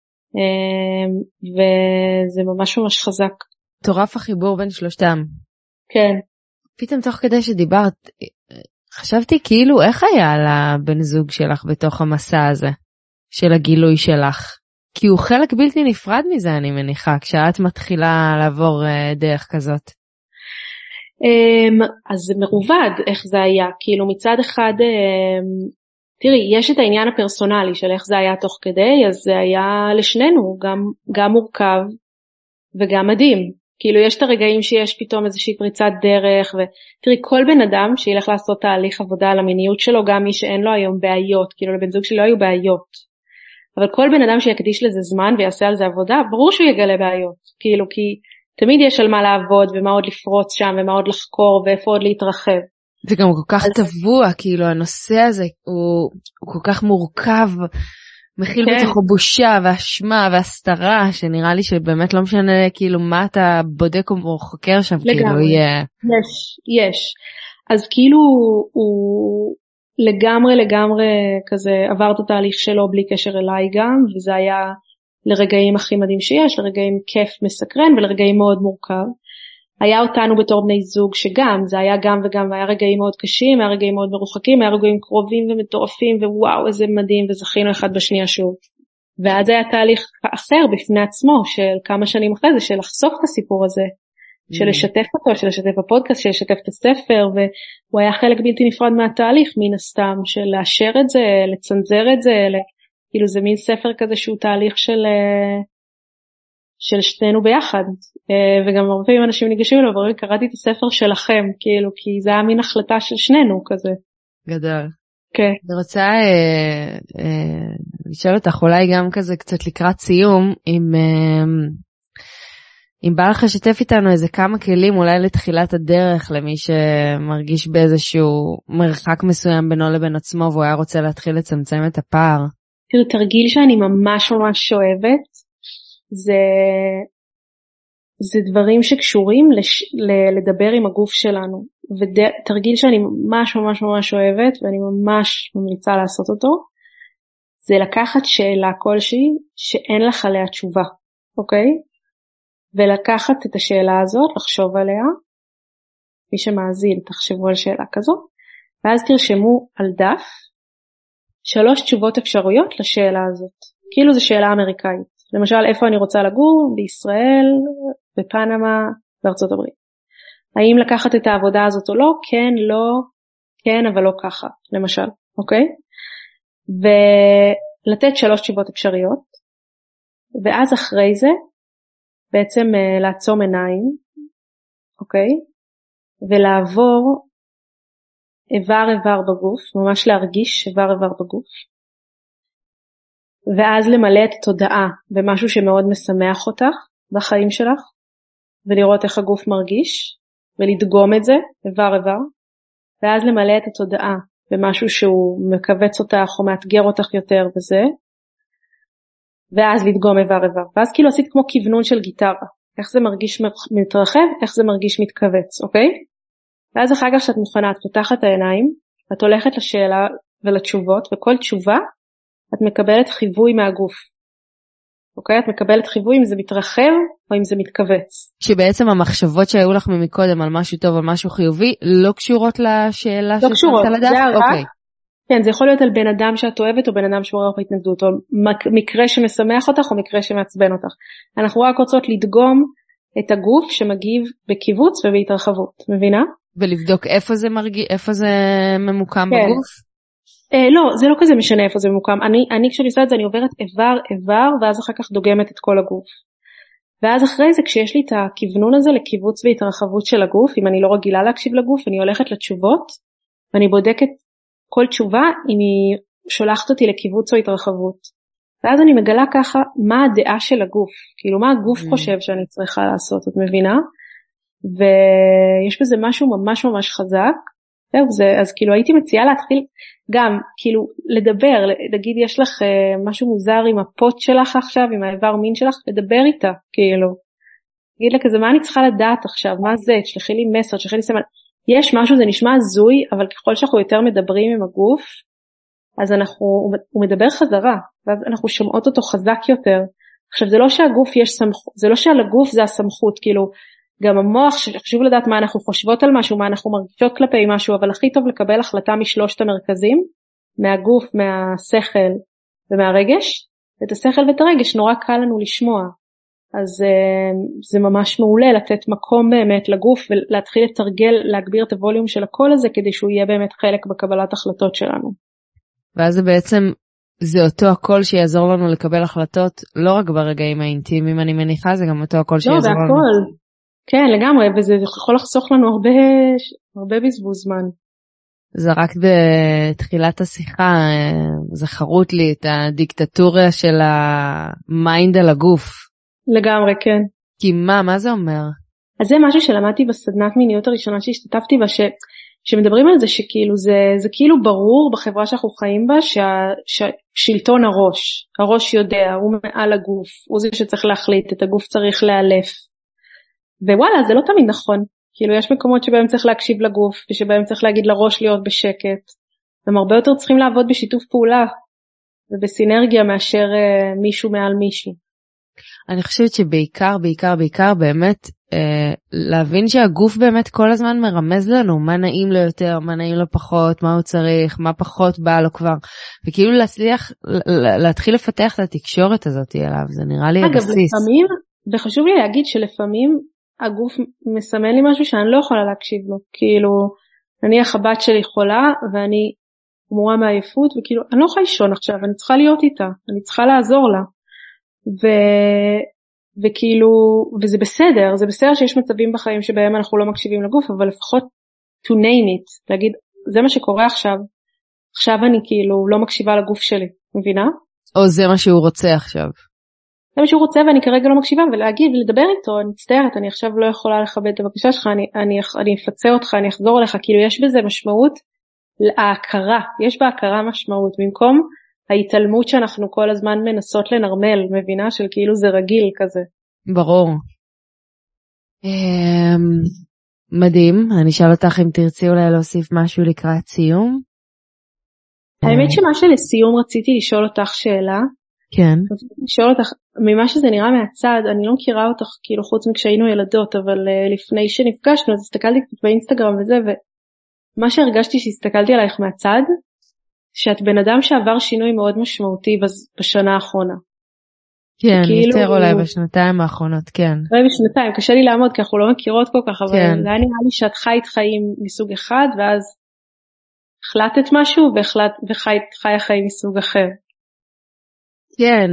וזה ממש ממש חזק. מטורף החיבור בין שלושתם. כן. פתאום תוך כדי שדיברת, חשבתי כאילו איך היה לבן זוג שלך בתוך המסע הזה, של הגילוי שלך? כי הוא חלק בלתי נפרד מזה, אני מניחה, כשאת מתחילה לעבור דרך כזאת. אז זה מרובד איך זה היה, כאילו מצד אחד, תראי, יש את העניין הפרסונלי של איך זה היה תוך כדי, אז זה היה לשנינו, גם מורכב וגם מדהים. כאילו יש את הרגעים שיש פתאום איזושהי פריצת דרך, ותראי, כל בן אדם שילך לעשות תהליך עבודה על המיניות שלו, גם מי שאין לו היום בעיות, כאילו לבן זוג שלי לא היו בעיות. אבל כל בן אדם שיקדיש לזה זמן ויעשה על זה עבודה, ברור שהוא יגלה בעיות. כאילו, כי תמיד יש על מה לעבוד ומה עוד לפרוץ שם ומה עוד לחקור ואיפה עוד להתרחב. זה גם כל כך טבוע, כאילו הנושא הזה הוא כל כך מורכב, מכיל בתוכו בושה ואשמה והסתרה, שנראה לי שבאמת לא משנה כאילו מה אתה בודק או חוקר שם, כאילו יהיה. יש. אז כאילו הוא לגמרי כזה עבר את התהליך שלו בלי קשר אליי גם, וזה היה לרגעים הכי מדהים שיש, לרגעים כיף מסקרן ולרגעים מאוד מורכב. היה אותנו בתור בני זוג שגם, זה היה גם וגם, היה רגעים מאוד קשים, היה רגעים מאוד מרוחקים, היה רגעים קרובים ומטורפים, ווואו איזה מדהים, וזכינו אחד בשנייה שוב. ואז היה תהליך אחר בפני עצמו, של כמה שנים אחרי זה, של לחשוף את הסיפור הזה, של לשתף אותו, של לשתף בפודקאסט, של לשתף את הספר, והוא היה חלק בלתי נפרד מהתהליך, מן הסתם, של לאשר את זה, לצנזר את זה, כאילו זה מין ספר כזה שהוא תהליך של שנינו ביחד, וגם הרבה פעמים אנשים ניגשים אליו, ורואים, קראתי את הספר שלכם, כאילו, כי זה היה מין החלטה של שנינו כזה. גדול. כן. אני רוצה לשאול אותך, אולי גם כזה קצת לקראת סיום, אם בא לך לשתף איתנו איזה כמה כלים, אולי לתחילת הדרך, למי שמרגיש באיזשהו מרחק מסוים בינו לבין עצמו, והוא היה רוצה להתחיל לצמצם את הפער. תראו, תרגיל שאני ממש ממש אוהבת, זה דברים שקשורים לדבר עם הגוף שלנו, ותרגיל שאני ממש ממש ממש אוהבת, ואני ממש ממליצה לעשות אותו, זה לקחת שאלה כלשהי שאין לך עליה תשובה, אוקיי? ולקחת את השאלה הזאת, לחשוב עליה, מי שמאזין תחשבו על שאלה כזו, ואז תרשמו על דף 3 תשובות אפשרויות לשאלה הזאת, כאילו זו שאלה אמריקאית, למשל איפה אני רוצה לגור, בישראל, בפנמה, בארצות הברית. האם לקחת את העבודה הזאת או לא, כן, לא, כן, אבל לא ככה, למשל, אוקיי? ולתת 3 תשובות אפשריות, ואז אחרי זה, בעצם לעצום עיניים, אוקיי? ולעבור איבר בגוף, ממש להרגיש איבר בגוף, ואז למלא את התודעה במשהו שמאוד משמח אותך בחיים שלך, ולראות איך הגוף מרגיש, ולדגום את זה איבר, ואז למלא את התודעה במשהו שהוא מקווץ אותך או מאתגר אותך יותר וזה, ואז לדגום איבר, ואז כאילו עשית כמו כיוונון של גיטרה, איך זה מרגיש מתרחב, איך זה מרגיש מתכווץ, אוקיי? ואז אחר כך שאת מוכנה, את פותחת העיניים, את הולכת לשאלה ולתשובות, וכל תשובה את מקבלת חיווי מהגוף, אוקיי? את מקבלת חיווי אם זה מתרחב או אם זה מתכווץ. שבעצם המחשבות שהיו לך מקודם על משהו טוב או משהו חיובי, לא קשורות לשאלה לא קשורות, זה רק, כן, זה יכול להיות על בן אדם שאת אוהבת או בן אדם שמעורר לך התנגדות, או מקרה שמשמח אותך או מקרה שמעצבן אותך. אנחנו רק רוצות לדגום את הגוף שמגיב בקיבוץ ובהתרחבות, מבינה? ולבדוק איפה זה ממוקם כן. בגוף? לא, זה לא כזה משנה איפה זה ממוקם. אני כשאני עושה את זה אני עוברת איבר ואז אחר כך דוגמת את כל הגוף. ואז אחרי זה כשיש לי את הכיוונון הזה לקיבוץ והתרחבות של הגוף, אם אני לא רגילה להקשיב לגוף, אני הולכת לתשובות ואני בודקת כל תשובה אם היא שולחת אותי לקיבוץ או התרחבות. ואז אני מגלה ככה מה הדעה של הגוף, כאילו מה הגוף חושב שאני צריכה לעשות, את מבינה? ויש בזה משהו ממש ממש חזק. אז כאילו הייתי מציעה להתחיל גם כאילו לדבר, נגיד יש לך משהו מוזר עם הפוט שלך עכשיו, עם האיבר מין שלך, לדבר איתה, כאילו תגיד לה כזה מה אני צריכה לדעת עכשיו, מה זה, תשלחי לי מסר, תשלחי לי סמל, יש משהו, זה נשמע זוי, אבל ככל שאנחנו יותר מדברים עם הגוף, אז הוא מדבר חזרה, ואז אנחנו שומעות אותו חזק יותר. עכשיו זה לא שהגוף יש סמכות, זה לא שעל הגוף זה הסמכות, כאילו גם המוח חשוב לדעת מה אנחנו חושבות על משהו, מה אנחנו מרגישות כלפי משהו, אבל הכי טוב לקבל החלטה משלושת המרכזים, מהגוף, מהשכל ומהרגש, ואת השכל ואת הרגש נורא קל לנו לשמוע, אז זה ממש מעולה לתת מקום באמת לגוף, ולהתחיל לתרגל, להגביר את הווליום של הקול הזה, כדי שהוא יהיה באמת חלק בקבלת החלטות שלנו. ואז זה בעצם, זה אותו הקול שיעזור לנו לקבל החלטות, לא רק ברגעים האינטימיים אני מניחה, זה גם אותו הקול שיעזור לנו. לא, זה הקול. כן, לגמרי, וזה יכול לחסוך לנו הרבה בזבוז זמן. זה רק בתחילת השיחה, זכרות לי את הדיקטטורה של המיינד על הגוף. לגמרי, כן. כי מה זה אומר? אז זה משהו שלמדתי בסדנת מיניות הראשונה שהשתתפתי בה, שמדברים על זה שכאילו זה כאילו ברור בחברה שאנחנו חיים בה, ששלטון הראש יודע, הוא מעל הגוף, הוא זה שצריך להחליט, את הגוף צריך לאלף. ווואלה, זה לא תמיד נכון. כאילו יש מקומות שבהם צריך להקשיב לגוף, ושבהם צריך להגיד לראש להיות בשקט. הם הרבה יותר צריכים לעבוד בשיתוף פעולה, ובסינרגיה מאשר מישהו מעל מישהו. אני חושבת שבעיקר באמת, להבין שהגוף באמת כל הזמן מרמז לנו, מה נעים לו יותר, מה נעים לו פחות, מה הוא צריך, מה פחות בא לו כבר, וכאילו להצליח, להתחיל לפתח את התקשורת הזאת אליו, זה נראה לי הבסיס. אגב, לפעמים, וחשוב לי להגיד שלפעמים, הגוף מסמן לי משהו שאני לא יכולה להקשיב לו, כאילו, נניח הבת שלי חולה, ואני גמורה מעייפות, וכאילו, אני לא יכולה לישון עכשיו, אני צריכה להיות איתה, אני צריכה לעזור לה, וכאילו, וזה בסדר, זה בסדר שיש מצבים בחיים שבהם אנחנו לא מקשיבים לגוף, אבל לפחות to name it, להגיד, זה מה שקורה עכשיו, עכשיו אני כאילו לא מקשיבה לגוף שלי, מבינה? או זה מה שהוא רוצה עכשיו. זה מה שהוא רוצה ואני כרגע לא מקשיבה, ולהגיד ולדבר איתו, אני מצטערת, אני עכשיו לא יכולה לכבד את הבקשה שלך, אני אפצה אותך, אני אחזור אליך, כאילו יש בזה משמעות, ההכרה, יש בהכרה משמעות, במקום ההתעלמות שאנחנו כל הזמן מנסות לנרמל, מבינה? של כאילו זה רגיל כזה. ברור. מדהים, אני אשאל אותך אם תרצי אולי להוסיף משהו לקראת סיום. האמת שמה שלסיום רציתי לשאול אותך שאלה. כן. רציתי לשאול אותך, ממה שזה נראה מהצד, אני לא מכירה אותך כאילו חוץ מכשהיינו ילדות, אבל לפני שנפגשנו, אז הסתכלתי קצת באינסטגרם וזה, ומה שהרגשתי שהסתכלתי עלייך מהצד, שאת בן אדם שעבר שינוי מאוד משמעותי בשנה האחרונה. כן, וכאילו, יותר אולי בשנתיים האחרונות, כן. אולי בשנתיים, קשה לי לעמוד כי אנחנו לא מכירות כל כך, אבל כן. זה היה נראה לי שאת חיית חיים מסוג אחד, ואז החלטת משהו וחיה חיים מסוג אחר. כן,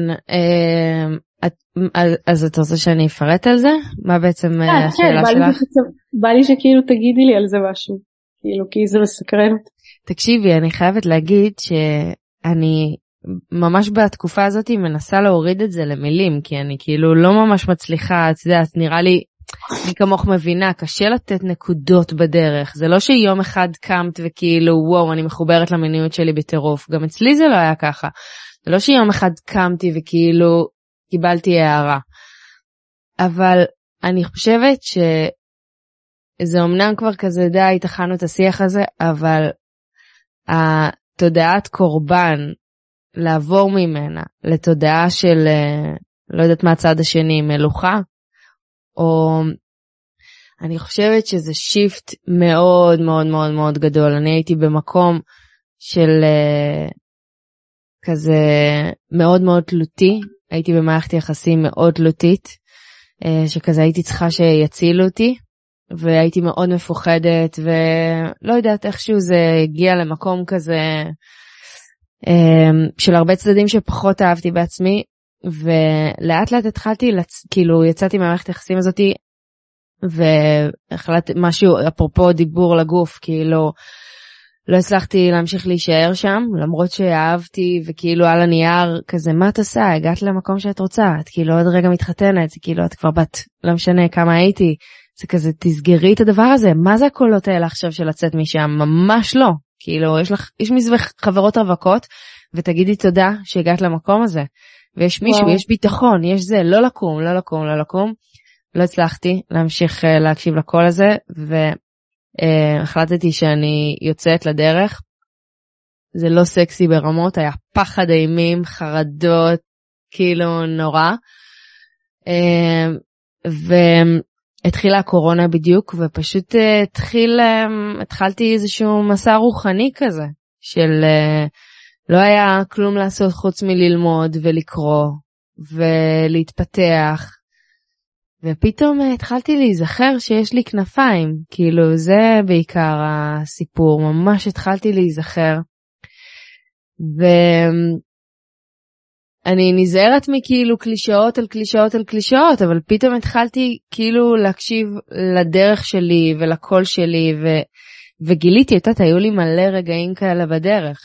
אז את רוצה שאני אפרט על זה? מה בעצם השאלה שלך? בא לי שכאילו תגידי לי על זה משהו, כאילו כי זה מסקרן. תקשיבי, אני חייבת להגיד שאני ממש בתקופה הזאת מנסה להוריד את זה למילים, כי אני כאילו לא ממש מצליחה, את יודעת, נראה לי, אני כמוך מבינה, קשה לתת נקודות בדרך, זה לא שיום אחד קמת וכאילו וואו, אני מחוברת למיניות שלי בטירוף, גם אצלי זה לא היה ככה, זה לא שיום אחד קמתי וכאילו קיבלתי הערה, אבל אני חושבת שזה אמנם כבר כזה די, התחלנו את השיח הזה, אבל התודעת קורבן, לעבור ממנה לתודעה של, לא יודעת מה הצד השני, מלוכה, או אני חושבת שזה שיפט מאוד מאוד מאוד מאוד גדול. אני הייתי במקום של כזה מאוד מאוד תלותי, הייתי במערכת יחסים מאוד תלותית, שכזה הייתי צריכה שיצילו אותי, והייתי מאוד מפוחדת, ולא יודעת איכשהו זה הגיע למקום כזה, של הרבה צדדים שפחות אהבתי בעצמי, ולאט לאט התחלתי, כאילו יצאתי מהמערכת היחסים הזאת, והחלטתי משהו, אפרופו דיבור לגוף, כאילו לא הצלחתי להמשיך להישאר שם, למרות שאהבתי, וכאילו על הנייר כזה, מה את עושה? הגעת למקום שאת רוצה, את כאילו עוד רגע מתחתנת, זה כאילו את כבר בת, לא משנה כמה הייתי, זה כזה תסגרי את הדבר הזה, מה זה הקולות האלה עכשיו של לצאת משם? ממש לא. כאילו, יש מזווה חברות רווקות, ותגידי תודה שהגעת למקום הזה. ויש מישהו, יש ביטחון, יש זה, לא לקום, לא לקום, לא לקום. לא הצלחתי להמשיך להקשיב לקול הזה, והחלטתי שאני יוצאת לדרך. זה לא סקסי ברמות, היה פחד אימים, חרדות, כאילו נורא. התחילה הקורונה בדיוק, ופשוט התחלתי איזשהו מסע רוחני כזה, של לא היה כלום לעשות חוץ מללמוד ולקרוא ולהתפתח, ופתאום התחלתי להיזכר שיש לי כנפיים, כאילו זה בעיקר הסיפור, ממש התחלתי להיזכר, אני נזהרת מכאילו קלישאות על קלישאות על קלישאות, אבל פתאום התחלתי כאילו להקשיב לדרך שלי ולקול שלי, וגיליתי, היו לי מלא רגעים כאלה בדרך,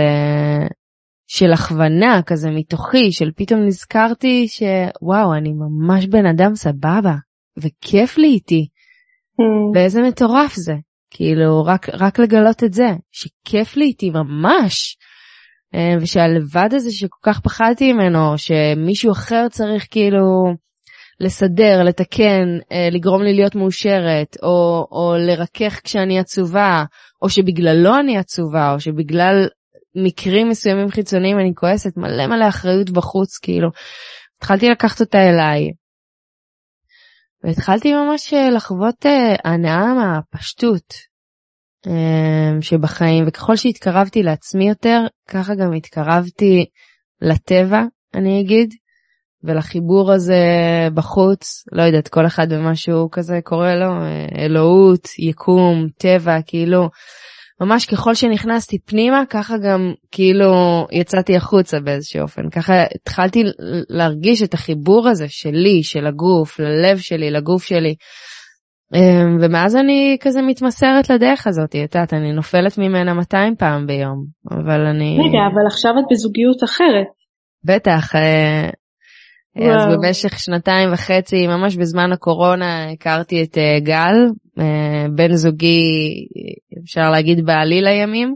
של הכוונה כזה מתוכי, של פתאום נזכרתי שוואו, אני ממש בן אדם סבבה, וכיף לי איתי, ואיזה מטורף זה, כאילו רק לגלות את זה, שכיף לי איתי ממש, ושהלבד הזה שכל כך פחדתי ממנו, שמישהו אחר צריך כאילו לסדר, לתקן, לגרום לי להיות מאושרת, או לרכך כשאני עצובה, או שבגללו אני עצובה, או שבגלל מקרים מסוימים חיצוניים אני כועסת, מלא מלא אחריות בחוץ, כאילו, התחלתי לקחת אותה אליי, והתחלתי ממש לחוות הנאה מהפשטות, שבחיים, וככל שהתקרבתי לעצמי יותר, ככה גם התקרבתי לטבע, אני אגיד, ולחיבור הזה בחוץ, לא יודעת, כל אחד במשהו כזה קורא לו, אלוהות, יקום, טבע, כאילו, ממש ככל שנכנסתי פנימה, ככה גם כאילו יצאתי החוצה באיזשהו אופן, ככה התחלתי להרגיש את החיבור הזה שלי, של הגוף, ללב שלי, לגוף שלי, ומאז אני כזה מתמסרת לדרך הזאת, יודעת, אני נופלת ממנה 200 פעם ביום, אבל אני... רגע, אבל עכשיו את בזוגיות אחרת. בטח, אז במשך 2.5, ממש בזמן הקורונה, הכרתי את גל, בן זוגי, אפשר להגיד בעלי לימים,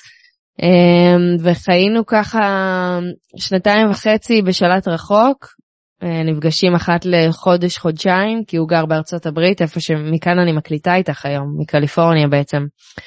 וחיינו ככה 2.5 בשלט רחוק, נפגשים אחת לחודש, חודשיים, כי הוא גר בארצות הברית, איפה שמכאן אני מקליטה איתך היום, מקליפורניה בעצם.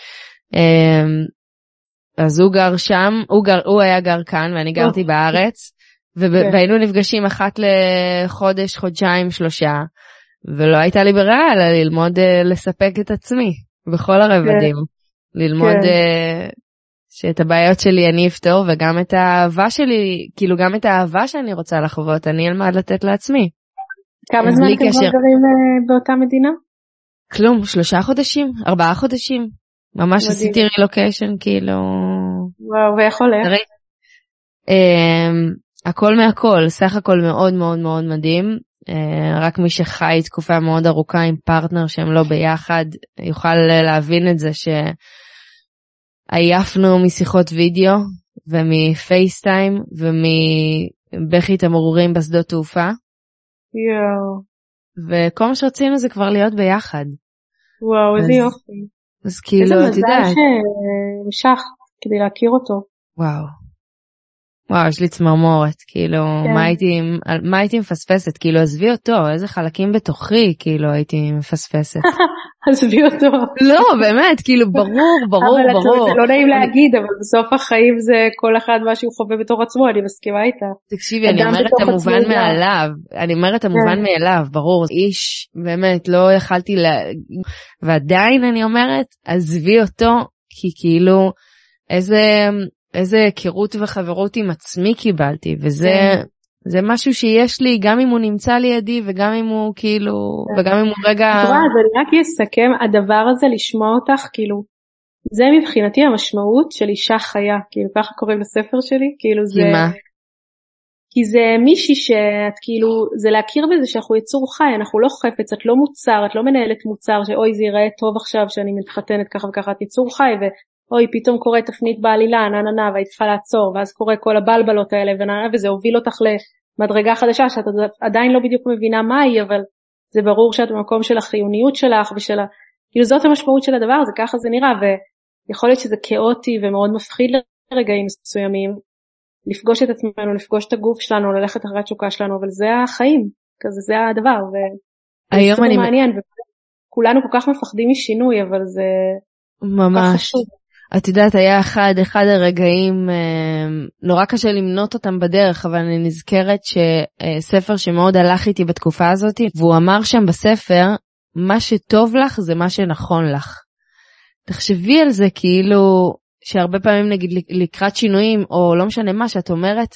אז הוא גר שם, הוא היה גר כאן, ואני גרתי בארץ, והיינו נפגשים אחת לחודש, חודשיים, 3, ולא הייתה לי ברירה, אלא ללמוד לספק את עצמי, בכל הרבדים. ללמוד שאת הבעיות שלי אני אפתור, וגם את האהבה שלי, כאילו גם את האהבה שאני רוצה לחוות, אני אלמד לתת לעצמי. כמה זמן אתם גרים באותה מדינה? כלום, 3 חודשים, 4 חודשים. ממש עשיתי רילוקיישן, כאילו... וואו, ואיך הולך? הכל מהכל, סך הכל מאוד מאוד מאוד מדהים. רק מי שחי תקופה מאוד ארוכה עם פרטנר שהם לא ביחד, יוכל להבין את זה שעייפנו משיחות וידאו, ומפייסטיים, ומבכי תמרורים בשדות תעופה. יואו. וכל מה שרצינו זה כבר להיות ביחד. וואו, איזה יופי. אז כאילו, את יודעת. איזה מזל שהמשכת כדי להכיר אותו. וואו, יש לי צמרמורת, כאילו, מה הייתי מפספסת? כאילו, עזבי אותו, איזה חלקים בתוכי, כאילו, הייתי מפספסת. עזבי אותו. לא, באמת, כאילו, ברור. זה לא נעים להגיד, אבל בסוף החיים זה כל אחד מה שהוא חווה בתור עצמו, אני מסכימה איתה. תקשיבי, אני אומרת המובן מאליו, ברור, איש, באמת, לא יכלתי ועדיין אני אומרת, עזבי אותו, כי כאילו, איזה היכרות וחברות עם עצמי קיבלתי, וזה משהו שיש לי, גם אם הוא נמצא לידי, וגם אם הוא כאילו, וגם אם הוא רגע... את רואה, אז אני רק אסכם, הדבר הזה לשמוע אותך, כאילו, זה מבחינתי המשמעות של אישה חיה, כאילו, ככה קוראים לספר שלי, כאילו זה... כי זה מישהי שאת כאילו, זה להכיר בזה שאנחנו יצור חי, אנחנו לא חפץ, את לא מוצר, את לא מנהלת מוצר, שאוי זה ייראה טוב עכשיו שאני מתחתנת ככה וככה, את יצור חי אוי, פתאום קורה תפנית בעלילה, והיית צריכה לעצור, ואז קורה כל הבלבלות האלה, וזה הוביל אותך למדרגה חדשה, שאת עדיין לא בדיוק מבינה מה היא, אבל זה ברור שאת במקום של החיוניות שלך, כאילו זאת המשמעות של הדבר, זה ככה זה נראה, ויכול להיות שזה כאוטי ומאוד מפחיד לרגעים מסוימים, לפגוש את עצמנו, לפגוש את הגוף שלנו, ללכת אחרי התשוקה שלנו, אבל זה החיים, כזה זה הדבר, היום אני מעניין, וכולנו כל כך מפחדים משינוי, אבל זה ממש חשוב. את יודעת, היה אחד הרגעים, נורא קשה למנות אותם בדרך, אבל אני נזכרת שספר שמאוד הלך איתי בתקופה הזאת, והוא אמר שם בספר, מה שטוב לך זה מה שנכון לך. תחשבי על זה כאילו, שהרבה פעמים נגיד לקראת שינויים, או לא משנה מה שאת אומרת,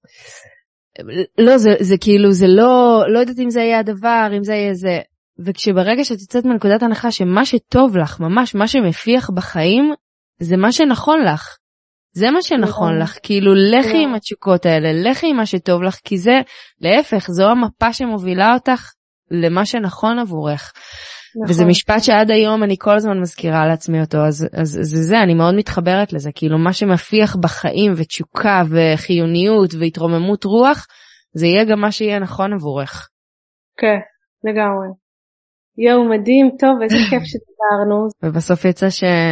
לא, זה כאילו, זה לא יודעת אם זה יהיה הדבר, אם זה יהיה זה, וכשברגע שאת יוצאת מנקודת הנחה שמה שטוב לך, ממש מה שמפיח בחיים, זה מה שנכון לך. זה מה שנכון לך. כאילו, לכי עם התשוקות האלה, לכי עם מה שטוב לך, כי זה, להפך, זו המפה שמובילה אותך למה שנכון עבורך. וזה משפט שעד היום אני כל הזמן מזכירה לעצמי אותו, אז זה, אני מאוד מתחברת לזה. כאילו, מה שמפיח בחיים ותשוקה וחיוניות והתרוממות רוח, זה יהיה גם מה שיהיה נכון עבורך. כן, לגמרי. יואו, מדהים, טוב, איזה כיף שדיברנו. ובסוף יצא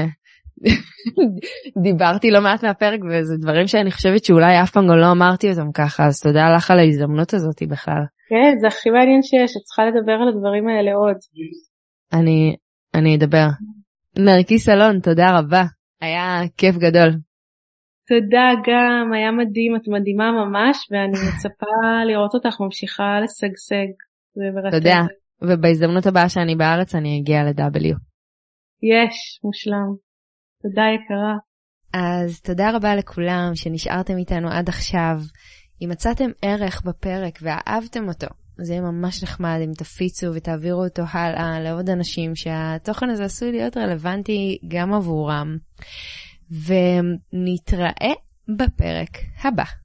דיברתי לא מעט מהפרק, וזה דברים שאני חושבת שאולי אף פעם לא אמרתי אותם ככה, אז תודה לך על ההזדמנות הזאת בכלל. כן, זה הכי מעניין שיש, את צריכה לדבר על הדברים האלה עוד. אני אדבר. נרקיס אלון, תודה רבה, היה כיף גדול. תודה גם, היה מדהים, את מדהימה ממש, ואני מצפה לראות אותך ממשיכה לשגשג. תודה, ובהזדמנות הבאה שאני בארץ אני אגיע ל-W. יש, מושלם. תודה יקרה. אז תודה רבה לכולם שנשארתם איתנו עד עכשיו. אם מצאתם ערך בפרק ואהבתם אותו, זה יהיה ממש נחמד אם תפיצו ותעבירו אותו הלאה לעוד אנשים שהתוכן הזה עשוי להיות רלוונטי גם עבורם. ונתראה בפרק הבא.